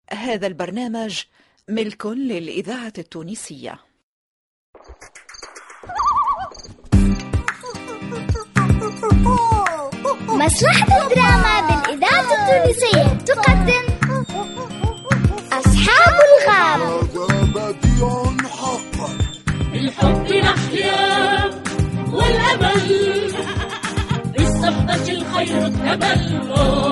هذا البرنامج ملك للإذاعة التونسية. مسرح الدراما بالإذاعة التونسية تقدم أصحاب الغاب. بالحب نحيا والأمل بالصحبة الخير اكتمل.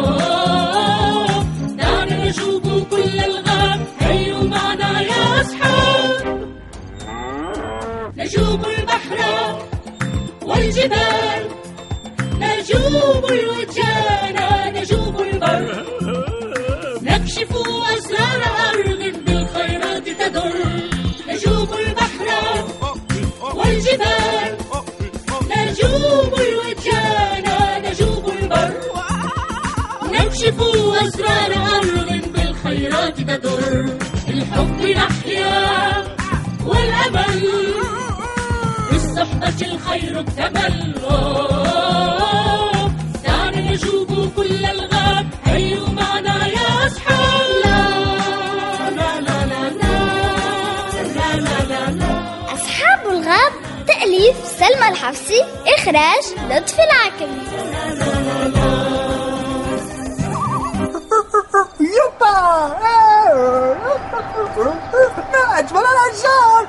دعنا نجوب كل الغاب، هيا معنا يا أصحاب. نجوب البحر والجبال، نجوب الوجان، نجوب البر، نكشف أسرار أرض بالخيرات تدر. نجوب البحر والجبال، نجوب الوجان، نجوب البر، نكشف أسرار أرض بالخيرات تدر. الحب نحيا والأمل بالصحبة الخير اكتمل. دعنا نجوب كل الغاب، هيا معنا يا أصحاب. لا لا لا لا لا لا لا لا. أصحاب الغاب، تأليف سلمى الحفصي، إخراج لطفي العكمي. يبا ما أجمل الأشجار.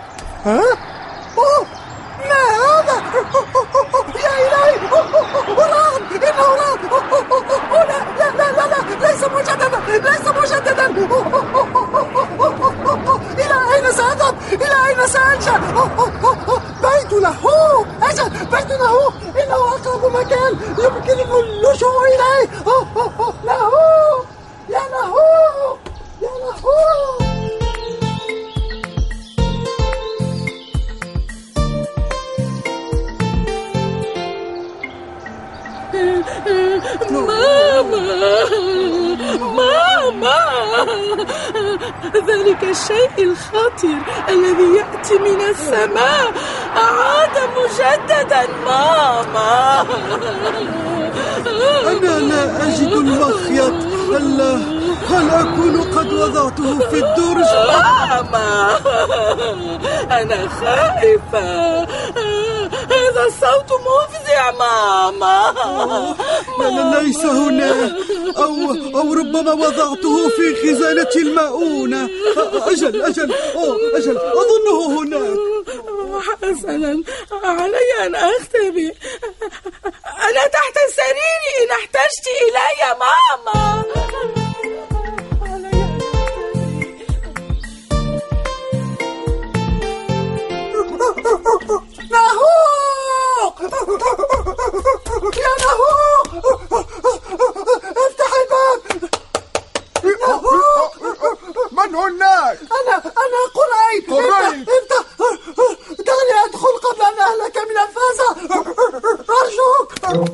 ما هذا؟ يا إلهي، رعد، إنه رعد. لا لا لا لا، ليس مجددا، ليس مجددا. إلى أين سأذهب؟ إلى أين سألجأ؟ بيت له، أجل بيت له، إنه أقرب مكان يمكنني اللجوء إليه. له يا له يا له. ماما، ذلك الشيء الخطير الذي يأتي من السماء عاد مجددا. ماما، أنا لا أجد المخيط. هل أكون قد وضعته في الدرج؟ ماما، أنا خائفة، هذا الصوت مفزع. ماما، لا ليس هنا، أو ربما وضعته في خزانة المؤونة. أجل أظنه هناك. حسنا، علي أن أختبئ. أنا تحت السرير إن احتجت إلي. ماما، نهوق يا نهوق، افتح الباب. نهوق، من هناك؟ أنا قريب. افتح، دعني أدخل قبل أن أهلك من الفازة، أرجوك.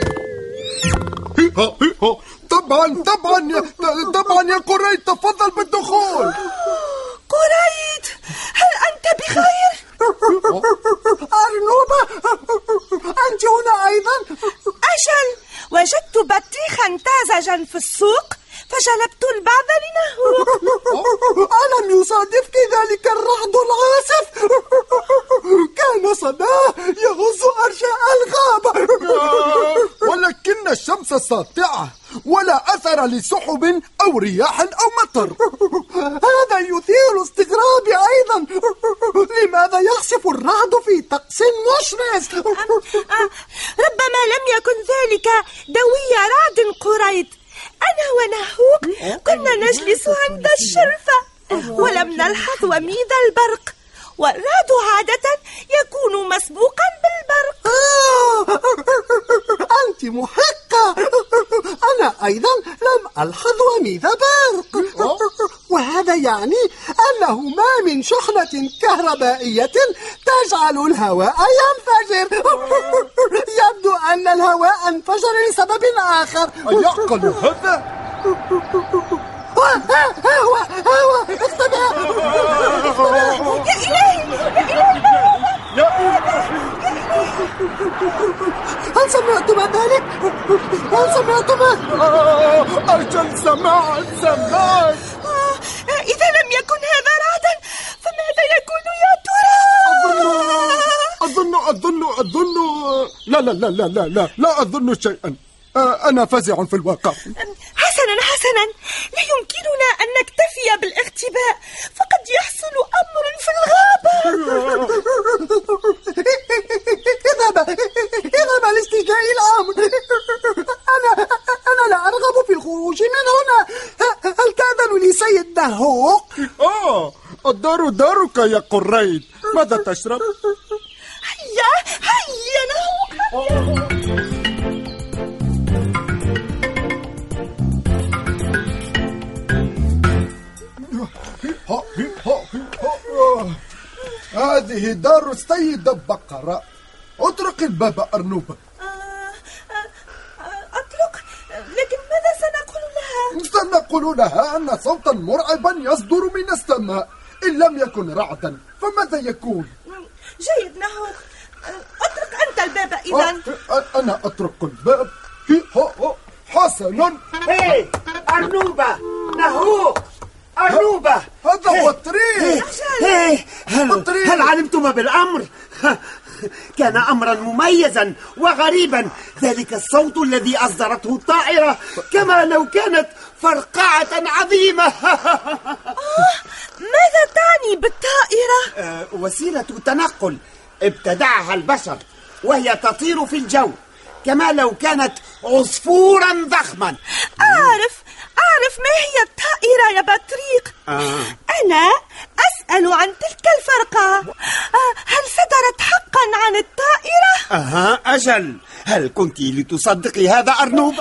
طبعا يا قريد، تفضل بالدخول. قريد، هل أنت بخير؟ أرنوبة، أنت هنا أيضا؟ أجل، وجدت بطيخا طازجا في السوق فجلبت البعض لنهوق. ألم يصادفك ذلك الرعد العاصف؟ كان صداه يغز أرجاء الغابة. ولكن الشمس ساطعة، ولا أثر لسحب أو رياح أو مطر. هذا يثير استغرابي أيضا. لماذا يخسف الرعد في طقس مشمس؟ ربما لم يكن ذلك دوي رعد قريد. أنا ونهوق كنا نجلس عند الشرفة ولم نلحظ وميض البرق، والرعد عادة يكون مسبوقا بالبرق. أنت محقة. أنا أيضا لم ألحظ وميض برق، وهذا يعني أنه ما من شحنة كهربائية تجعل الهواء ينفجر. يبدو أن الهواء انفجر لسبب آخر. أيعقل هذا؟ هوا اختبأ. يا إلهي، هل سمعتم ذلك؟ هل سمعتم؟ أجل سمعت. لا لا لا لا لا لا, لا أظن شيئا. أنا فزع في الواقع. حسنا، لا يمكننا أن نكتفي بالاختباء، فقد يحصل أمر في الغابة. اذهب لاستجاء الأمر. أنا لا أرغب في الخروج من هنا. هل تأذن لي سيد نهوق؟ الدار دارك يا قريد. ماذا تشرب؟ هيا نهوق، هيا. هذه دار السيدة بقرة. اترك الباب أرنوبة. أطلق، لكن ماذا سنقول لها؟ سنقول لها أن صوتا مرعبا يصدر من السماء. إن لم يكن رعدا فماذا يكون؟ جيد نهوق، أطرق أنت الباب إذن. أنا أطرق الباب. حسنا. أرنوبة، نهوق، أرنوبة، هذا بطريق. هل علمتما بالأمر؟ كان أمرا مميزا وغريبا، ذلك الصوت الذي أصدرته الطائرة كما لو كانت فرقعة عظيمة. ماذا تعني بالطائرة؟ وسيلة تنقل ابتدعها البشر، وهي تطير في الجو كما لو كانت عصفورا ضخما. أعرف ما هي الطائرة يا بطريق. أنا أسأل عن تلك الفرقة. هل صدرت حقا عن الطائرة؟ أجل. هل كنت لتصدقي هذا أرنوب؟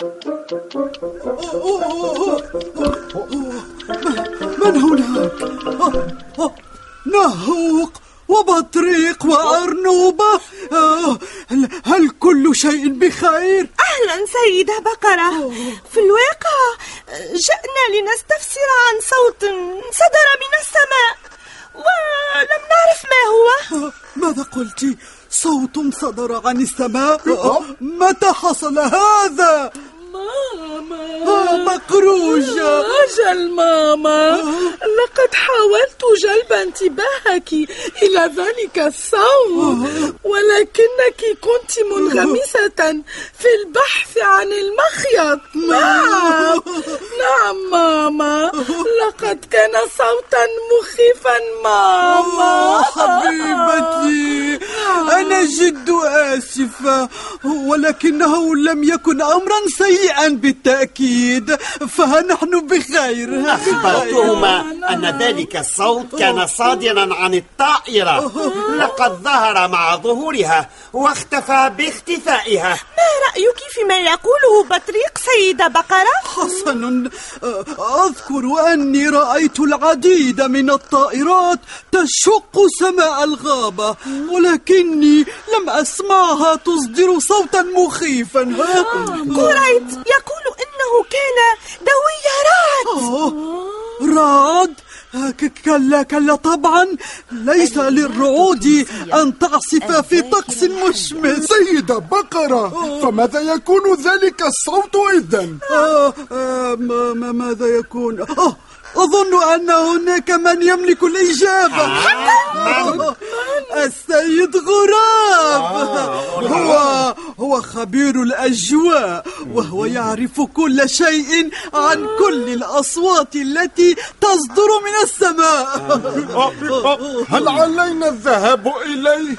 من هناك؟ نهوق وبطريق وأرنوبة. هل كل شيء بخير؟ أهلا سيدة بقرة. في الواقع جئنا لنستفسر عن صوت صدر من السماء ولم نعرف ما هو. ماذا قلت؟ صوت صدر عن السماء؟ متى حصل هذا؟ ماما مقروجة. أجل ماما، لقد حاولت جلب انتباهك إلى ذلك الصوت، ولكنك كنت منغمسة في البحث عن المخيط. نعم ماما، لقد كان صوتا مخيفا ماما. حبيبتي، أنا جد آسفة، ولكنه لم يكن أمرا سيئا بالتأكيد، فنحن بخير. أخبرتهما أن ذلك الصوت كان صادرا عن الطائرة، لقد ظهر مع ظهورها واختفى باختفائها. ما رأيك فيما يقوله بطريق سيدة بقرة؟ حسن، أذكر أني رأيت العديد من الطائرات تشق سماء الغابة، ولكني لم أسمعها تصدر صوتا مخيفا. قريت يقول إنه كان دوي رعد. رعد؟ كلا طبعا، ليس للرعود أن تعصف في طقس مشمس. سيدة بقرة، فماذا يكون ذلك الصوت إذن؟ ماذا يكون؟ أظن أن هناك من يملك الإجابة. السيد غراب. هو خبير الأجواء، وهو يعرف كل شيء عن كل الأصوات التي تصدر من السماء. هل علينا الذهاب إليه؟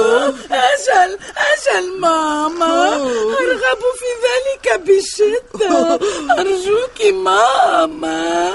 أجل ماما، أرغب في ذلك بشدة. أرجوك ماما،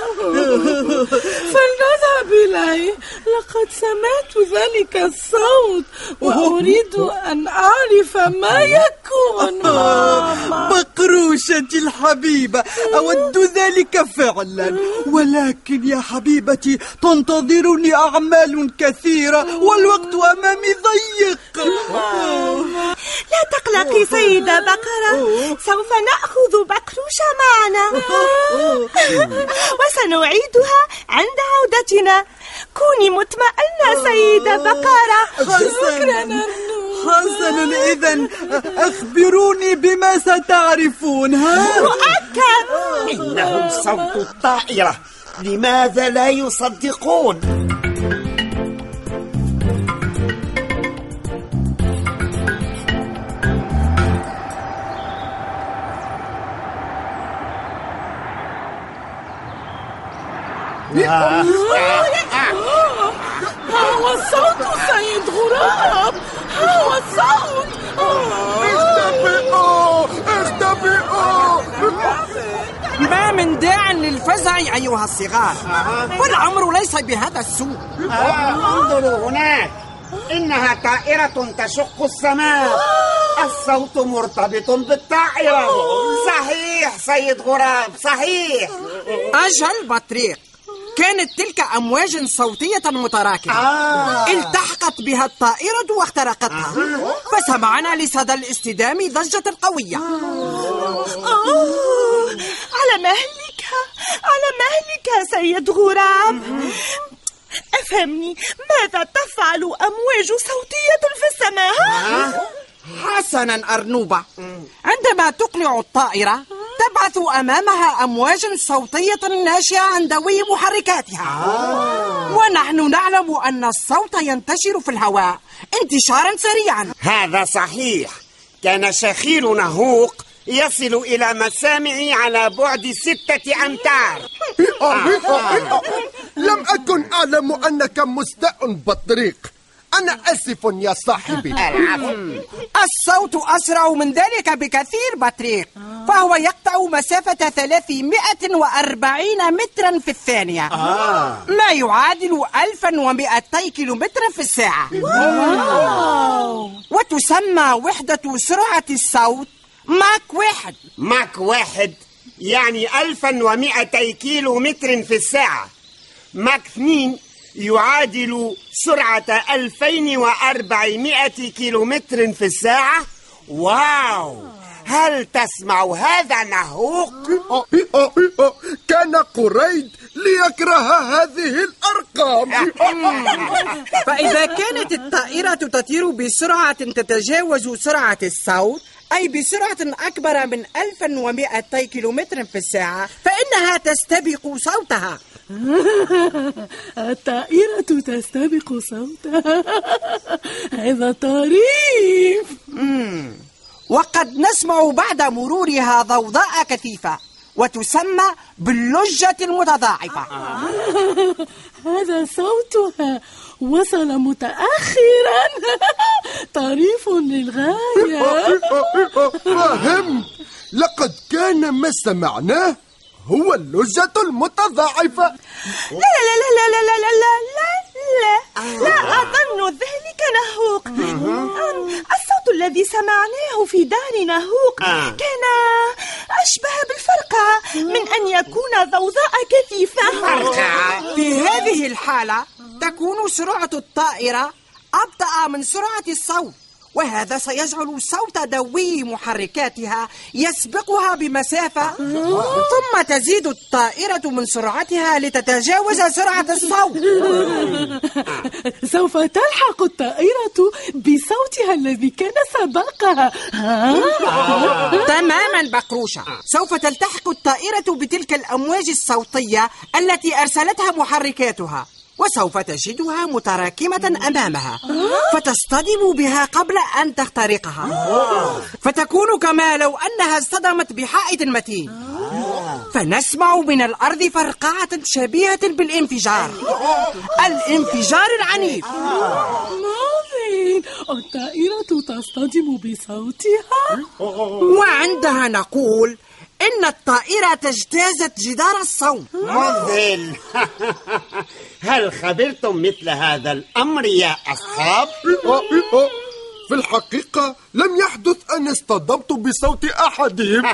فلنذهب إليه. لقد سمعت ذلك الصوت وأريد أن أعرف ما يكون. بقروشتي الحبيبة، أود ذلك فعلا، ولكن يا حبيبتي تنتظرني أعمال كثيرة والوقت أمامي ضيق. لا تقلقي سيدة بقرة، سوف نأخذ بقروشة معنا وسنعيدها عند عودتنا. كوني مطمئنة سيدة بقرة. حسنا، إذن أخبروني بما ستعرفون. مؤكد إنه صوت الطائرة، لماذا لا يصدقون؟ هو الصوت سيد غراب، هو الصوت. اختبئوا. ما من داع للفزع أيها الصغار، والأمر ليس بهذا السوء. انظروا هناك، إنها طائرة تشق السماء. الصوت مرتبط بالطائرة. صحيح سيد غراب، صحيح. أجل بطريق، كانت تلك أمواج صوتية متراكمة التحقت بها الطائرة واخترقتها، فسمعنا لصدى الاصطدام ضجة قوية. على مهلك سيد غراب. أفهمني، ماذا تفعل أمواج صوتية في السماء؟ حسنا أرنوبة، عندما تقلع الطائرة تبعث أمامها أمواج صوتية ناشئة عن دوي محركاتها، ونحن نعلم أن الصوت ينتشر في الهواء انتشارا سريعا. هذا صحيح، كان شخير نهوق يصل إلى مسامعي على بعد 6 أمتار. لم أكن أعلم أنك مستاء بطريق. أنا آسف يا صاحبي. الصوت أسرع من ذلك بكثير بطريق، فهو يقطع مسافة 340 مترا في الثانية، ما يعادل 1200 كيلومتر في الساعة. وتسمى وحدة سرعة الصوت ماك 1. ماك 1 يعني 1200 كيلومتر في الساعة. ماك 2 يعادل سرعة 2400 كيلومتر في الساعة. واو، هل تسمع هذا نهوق؟ كان قريد ليكره هذه الأرقام. فإذا كانت الطائرة تطير بسرعة تتجاوز سرعة الصوت، أي بسرعة أكبر من 1200 كيلومتر في الساعة، فإنها تستبق صوتها. الطائرة تستبق صوتها. هذا طريف. وقد نسمع بعد مرورها ضوضاء كثيفة وتسمى باللجة المتضاعفة. هذا صوتها وصل متأخرا. طريف للغاية. فهمت، لقد كان ما سمعناه هو اللجة المتضاعفة. لا لا لا لا لا لا لا لا لا لا أظن ذلك نهوق. الصوت الذي سمعناه في دار نهوق كان أشبه بالفرقعة من أن يكون ضوضاء كثيفة. في هذه الحالة تكون سرعة الطائرة أبطأ من سرعة الصوت، وهذا سيجعل صوت دوي محركاتها يسبقها بمسافة، ثم تزيد الطائرة من سرعتها لتتجاوز سرعة الصوت. سوف تلحق الطائرة بصوتها الذي كان سبقها. تماما بقروشة، سوف تلتحق الطائرة بتلك الأمواج الصوتية التي أرسلتها محركاتها، وسوف تجدها متراكمة أمامها فتصطدم بها قبل أن تخترقها، فتكون كما لو أنها اصطدمت بحائط متين، فنسمع من الأرض فرقعة شبيهة بالانفجار، الانفجار العنيف. الطائرة تصطدم بصوتها، وعندها نقول إن الطائرة اجتازت جدار الصوت. مذهل. هل خبرتم مثل هذا الأمر يا أصحاب؟ في الحقيقة لم يحدث أن اصطدمت بصوت أحدهم.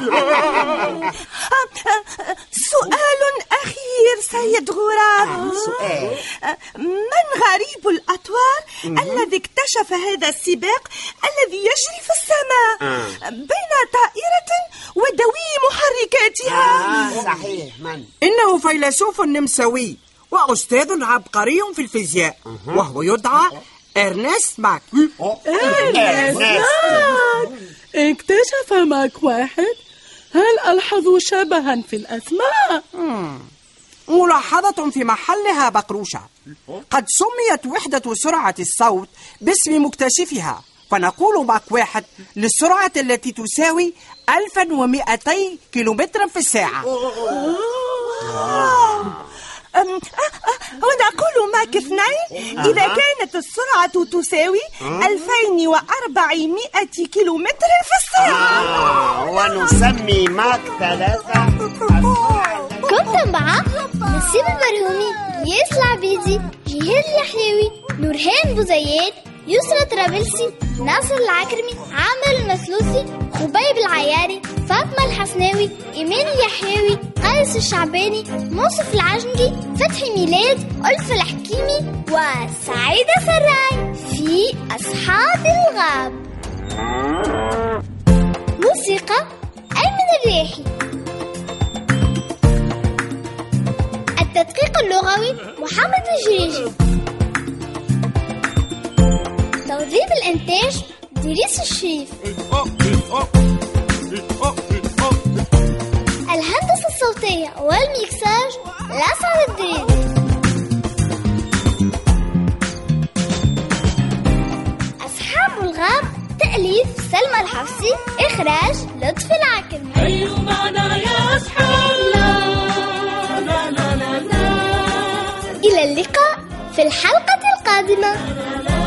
سؤال أخير سيد غراب. سؤال؟ من غريب الأطوار الذي اكتشف هذا السباق الذي يجري في السماء بين طائرة ودوي محركاتها؟ صحيح، من؟ إنه فيلسوف نمساوي وأستاذ عبقري في الفيزياء، وهو يدعى إرنست ماك. اكتشف ماك 1. هل ألحظوا شبها في الأسماء؟ ملاحظة في محلها بقروشة. قد سميت وحدة سرعة الصوت باسم مكتشفها، فنقول ماك 1 للسرعة التي تساوي 1200 كيلومتر في الساعة. معك 2 إذا كانت السرعة تساوي 2400 كيلومتر في الساعة. ونسمي ماك 3 كنت مع نسيب البرهومي، ياس العبيدي، جهاد اليحيوي، نورهان بوزيات، يسرى طرابلسي، ناصر العكرمي، عامر المثلوثي، خبيب العياري، فاطمة الحسناوي، إيمان اليحيوي، قيس الشعباني، منصف العجنقي، فتحي ميلاد، ألف الحكيمي، وسعيدة سراي في أصحاب الغاب. موسيقى أيمن الريحي. التدقيق اللغوي محمد الجريجي. توظيف الإنتاج دريس الشريف. الهندسة الصوتية والميكساج الأسعد الدريدي. أصحاب الغاب تأليف سلمى الحفصي، إخراج لطفي العكرمي. هيا معنا يا أصحاب. لا لا لا لا لا. إلى اللقاء في الحلقة القادمة.